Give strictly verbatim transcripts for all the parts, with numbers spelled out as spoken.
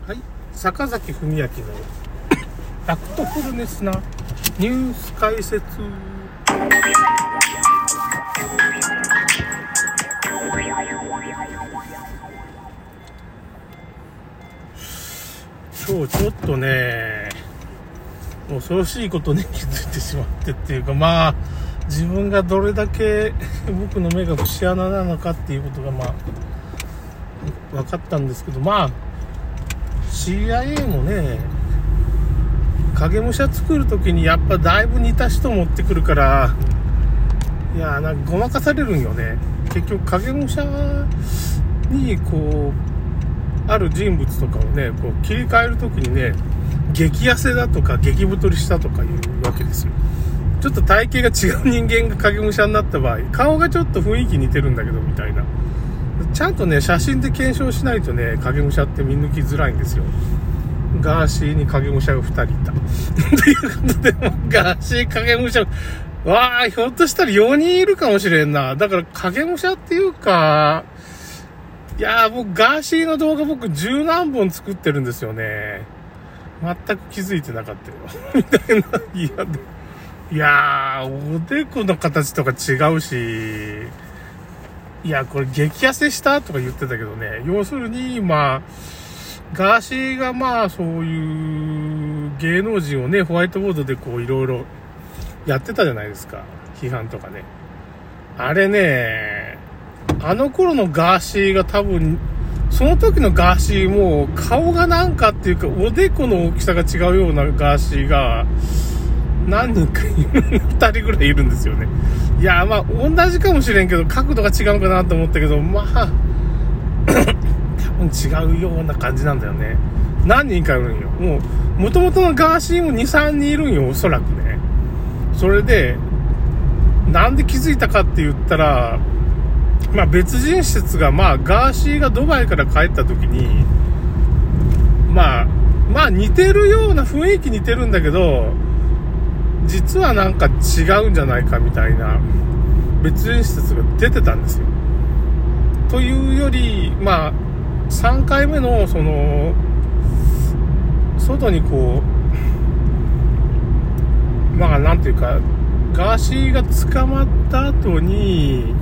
はい、坂崎文明のファクトフルネスなニュース解説。今日ちょっとね、恐ろしいことに気づいてしまってっていうか、まあ自分がどれだけ僕の目が節穴なのかっていうことがまあ分かったんですけど、まあ シーアイエー もね、影武者作るときにやっぱだいぶ似た人持ってくるから、いやーなんかごまかされるんよね。結局影武者にこうある人物とかをねこう切り替えるときにね、激痩せだとか激太りしたとかいうわけですよ。ちょっと体型が違う人間が影武者になった場合、顔がちょっと雰囲気似てるんだけどみたいな、ちゃんとね写真で検証しないとね影武者って見抜きづらいんですよ。ガーシーに影武者がふたりいたということで、ガーシー影武者わー、ひょっとしたらよにんいるかもしれんな。だから影武者っていうか、いやー僕ガーシーの動画僕十何本作ってるんですよね。全く気づいてなかったよみたいな。いやいやーおでこの形とか違うし、いやこれ激痩せしたとか言ってたけどね、要するにまあガーシーがまあそういう芸能人をねホワイトボードでこういろいろやってたじゃないですか、批判とかね。あれね、あの頃のガーシーが多分その時のガーシーも顔がなんかっていうかおでこの大きさが違うようなガーシーが何人かふたりぐらいいるんですよね。いやまあ同じかもしれんけど角度が違うかなと思ったけど、まあ多分違うような感じなんだよね。何人かいるんよ。もう元々のガーシーも にさんにんいるんよ、おそらくね。それでなんで気づいたかって言ったら、まあ別人説が、まあガーシーがドバイから帰った時に、まあまあ似てるような雰囲気似てるんだけど、実はなんか違うんじゃないかみたいな別人説が出てたんですよ。というより、まあさんかいめのその外にこう、まあなんていうかガーシーが捕まった後に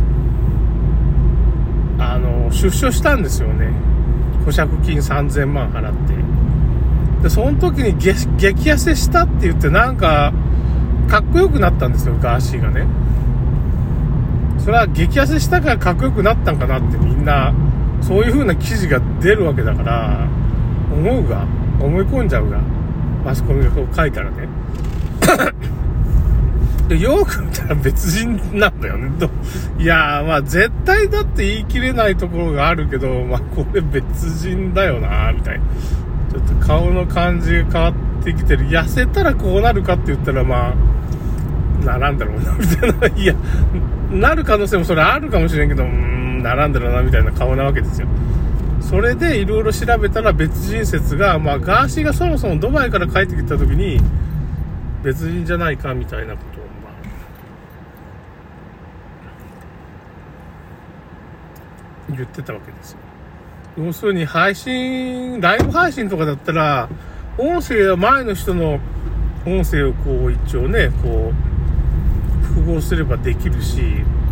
あの出所したんですよね。保釈金さんぜんまん払って。でその時に激痩せしたって言ってなんかかっこよくなったんですよ、ガーシーがね。それは激痩せしたからかっこよくなったんかなってみんなそういう風な記事が出るわけだから思うが思い込んじゃうが、マスコミがこう書いたらねでよく見たら別人なんだよね。いやーまあ絶対だって言い切れないところがあるけど、まあこれ別人だよなみたいな。ちょっと顔の感じが変わってきてる。痩せたらこうなるかって言ったらまあならんだろうなみたいな。いやなる可能性もそれあるかもしれんけど、うーんならんだろうなみたいな顔なわけですよ。それでいろいろ調べたら別人説が、まあガーシーがそもそもドバイから帰ってきた時に別人じゃないかみたいなことをまあ言ってたわけですよ。要するに配信ライブ配信とかだったら音声は前の人の音声をこう一応ねこう複合すればできるし、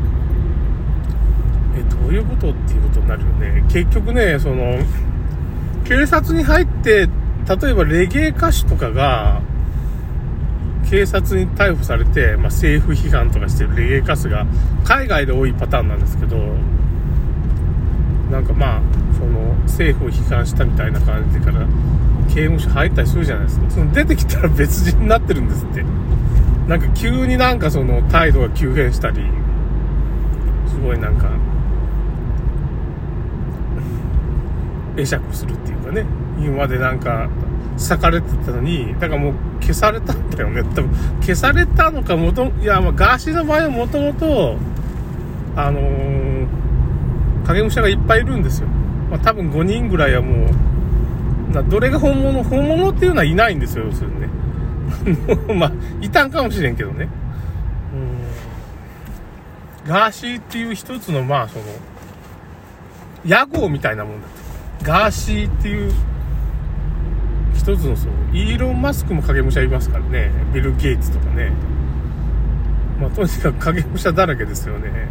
えどういうことっていうことになるよね。結局ね、その警察に入って例えばレゲエ歌手とかが警察に逮捕されて、まあ、政府批判とかしてるレゲエ歌手が海外で多いパターンなんですけど、なんかまあその政府を批判したみたいな感じでから刑務所入ったりするじゃないですか。その出てきたら別人になってるんですって。なんか急になんかその態度が急変したり、すごいなんか会釈するっていうかね、今までなんか裂かれてたのに、だからもう消されたんだよね。多分消されたのかもと、いやまあガーシーの場合はもともとあのー、影武者がいっぱいいるんですよ。まあ多分ごにんぐらいはもうな、どれが本物本物っていうのはいないんですよ、要するにねまあいたんかもしれんけどね。うーんガーシーっていう一つのまあその屋号みたいなもんだった。ガーシーっていう一つのそう、イーロン・マスクも影武者いますからね。ビル・ゲイツとかね。まあとにかく影武者だらけですよね。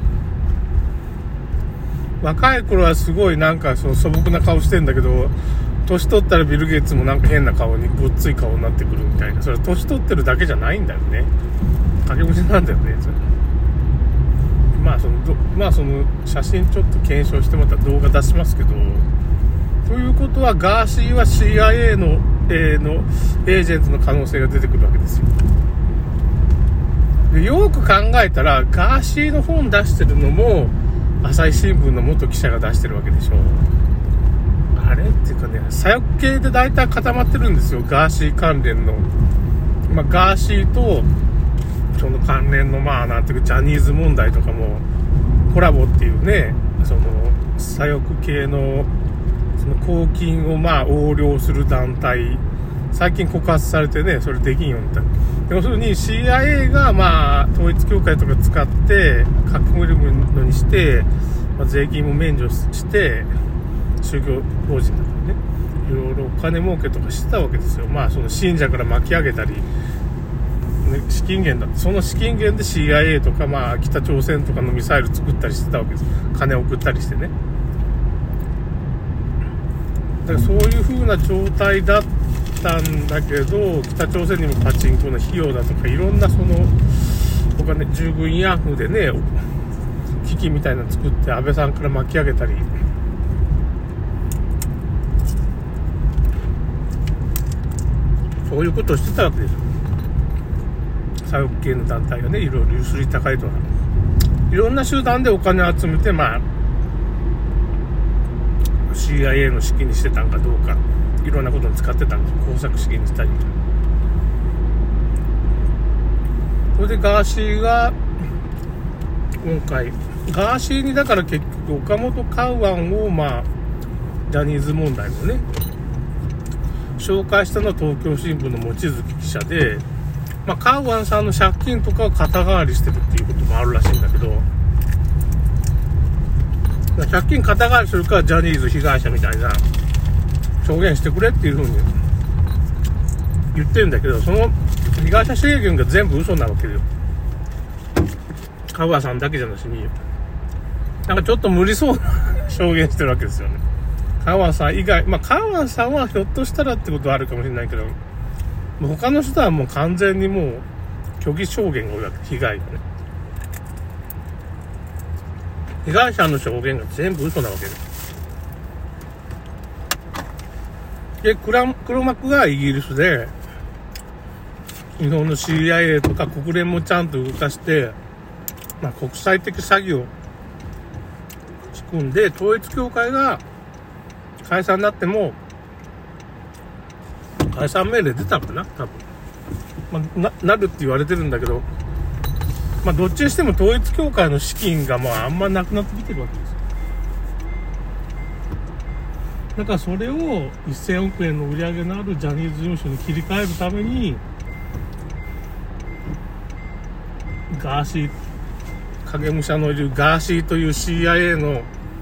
若い頃はすごいなんかその素朴な顔してんだけど、年取ったらビル・ゲイツもなんか変な顔にごっつい顔になってくるみたいな。それは年取ってるだけじゃないんだよね。影武者なんだよね。それまあそのまあその写真ちょっと検証してまた動画出しますけど、ということはガーシーは シーアイエー の、えー、のエージェントの可能性が出てくるわけですよ。でよく考えたらガーシーの本出してるのも朝日新聞の元記者が出してるわけでしょ。あれっていうかね、左翼系で大体固まってるんですよ、ガーシー関連の。まあガーシーとその関連のまあなんていうかジャニーズ問題とかもコラボっていうね、その左翼系のその公金をまあ横領する団体、最近告発されてね、それできんようになった。要するに シーアイエー がまあ統一教会とか使って書き込めるのにして、まあ、税金も免除して宗教法人だからね、いろいろお金儲けとかしてたわけですよ。まあその信者から巻き上げたり、ね、資金源だって、その資金源で シーアイエー とかまあ北朝鮮とかのミサイル作ったりしてたわけです。金を送ったりしてね。だからそういう風な状態だったんだけど、北朝鮮にもパチンコの費用だとかいろんなそのお金、従軍慰安婦でね、機器みたいなの作って安倍さんから巻き上げたり、そういうことをしてたわけですよ。左翼系の団体がね、いろいろゆすり高いとか、いろんな集団でお金を集めて、まあシーアイエー の資金にしてたんかどうか、いろんなことに使ってたんですよ。工作資金にしたりとか。それでガーシーが今回、ガーシーにだから結局岡本カウアンをまあジャニーズ問題のね紹介したのは東京新聞の望月記者で、まあカウアンさんの借金とかを肩代わりしてるっていうこともあるらしいんだけど、借金肩代わりするからジャニーズ被害者みたいな証言してくれっていう風に言ってるんだけど、その被害者証言が全部嘘なわけよ。カウアンさんだけじゃなしに、なんかちょっと無理そうな証言してるわけですよね。カウアンさん以外、まあカウアンさんはひょっとしたらってことはあるかもしれないけど、他の人はもう完全にもう虚偽証言が多いわけ、被害がね。被害者の証言が全部嘘なわけです。で、黒幕がイギリスで、日本の シーアイエー とか国連もちゃんと動かして、まあ、国際的詐欺を仕組んで、統一教会が解散になっても、解散命令出たのかな多分。まあ、な、なるって言われてるんだけど、まあ、どっちにしても統一教会の資金がまああんまなくなってきてるわけですよ。だからそれをせんおくえんの売り上げのあるジャニーズ事務所に切り替えるために、ガーシー、影武者のいるガーシーという シーアイエー の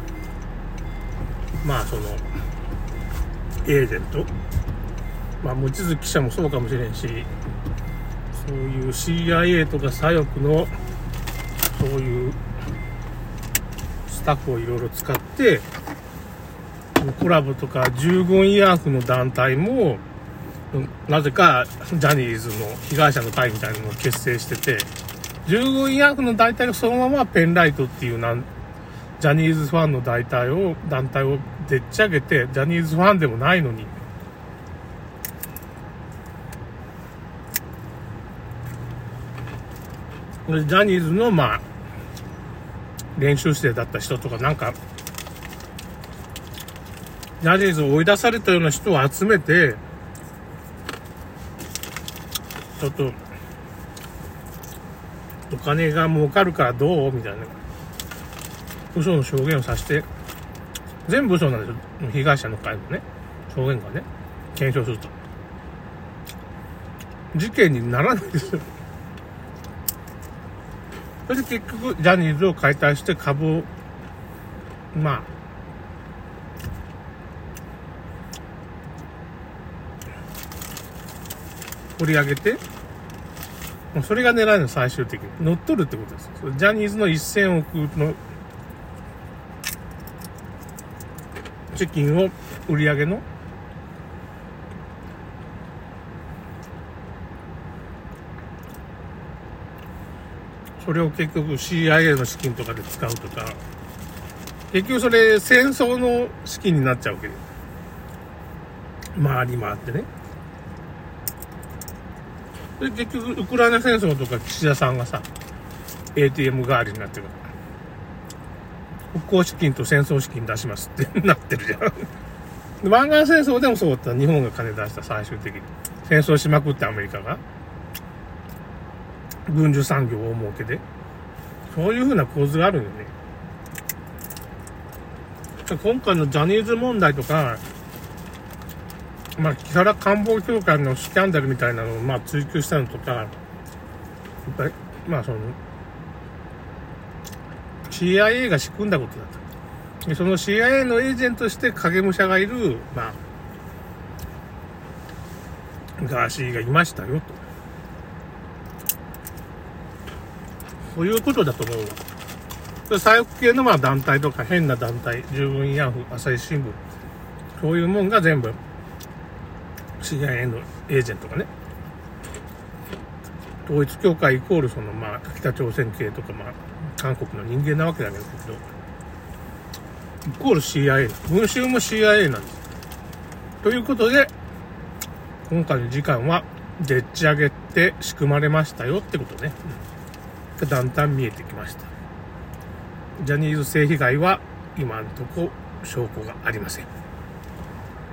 まあそのエージェント、まあ望月記者もそうかもしれんし、そういう シーアイエー とか左翼のそういうスタッフをいろいろ使ってコラボとか従軍慰安婦の団体もなぜかジャニーズの被害者の会みたいなのを結成してて、従軍慰安婦の団体がそのままペンライトっていうなんジャニーズファンの団体を団体をでっち上げて、ジャニーズファンでもないのにジャニーズのまあ練習生だった人とか、なんかジャニーズを追い出されたような人を集めて、ちょっとお金が儲かるからどうみたいな嘘の証言をさせて、全部嘘なんですよ。被害者の会のね証言がね検証すると事件にならないですよ。それで結局ジャニーズを解体して株をまあ取り上げて、それが狙いの最終的に乗っ取るってことですよ。ジャニーズのせんおくの資金を売り上げのそれを結局 シーアイエー の資金とかで使うとか、結局それ戦争の資金になっちゃうわけで、回り回ってね。で結局ウクライナ戦争とか岸田さんがさ エーティーエム 代わりになってるから、復興資金と戦争資金出しますってなってるじゃん。湾岸戦争でもそうだった。日本が金出した。最終的に戦争しまくってアメリカが軍需産業大儲けで、そういう風な構図があるんよね。今回のジャニーズ問題とか、まあ、木原官房長官のスキャンダルみたいなのをまあ追及したのとか、やっぱりまあその シーアイエー が仕組んだことだと。でその シーアイエー のエージェントとして影武者がいる、まあガーシーがいましたよと。そういうことだと思う。左翼系のまあ団体とか変な団体、従軍慰安婦、朝日新聞、そういうもんが全部 シーアイエー のエージェントがね、統一教会イコールそのまあ北朝鮮系とかまあ韓国の人間なわけだけど、イコール シーアイエー、群衆も シーアイエー なんです。ということで、今回の時間はでっち上げて仕組まれましたよってことね。だんだん見えてきました。ジャニーズ性被害は今のところ証拠がありません。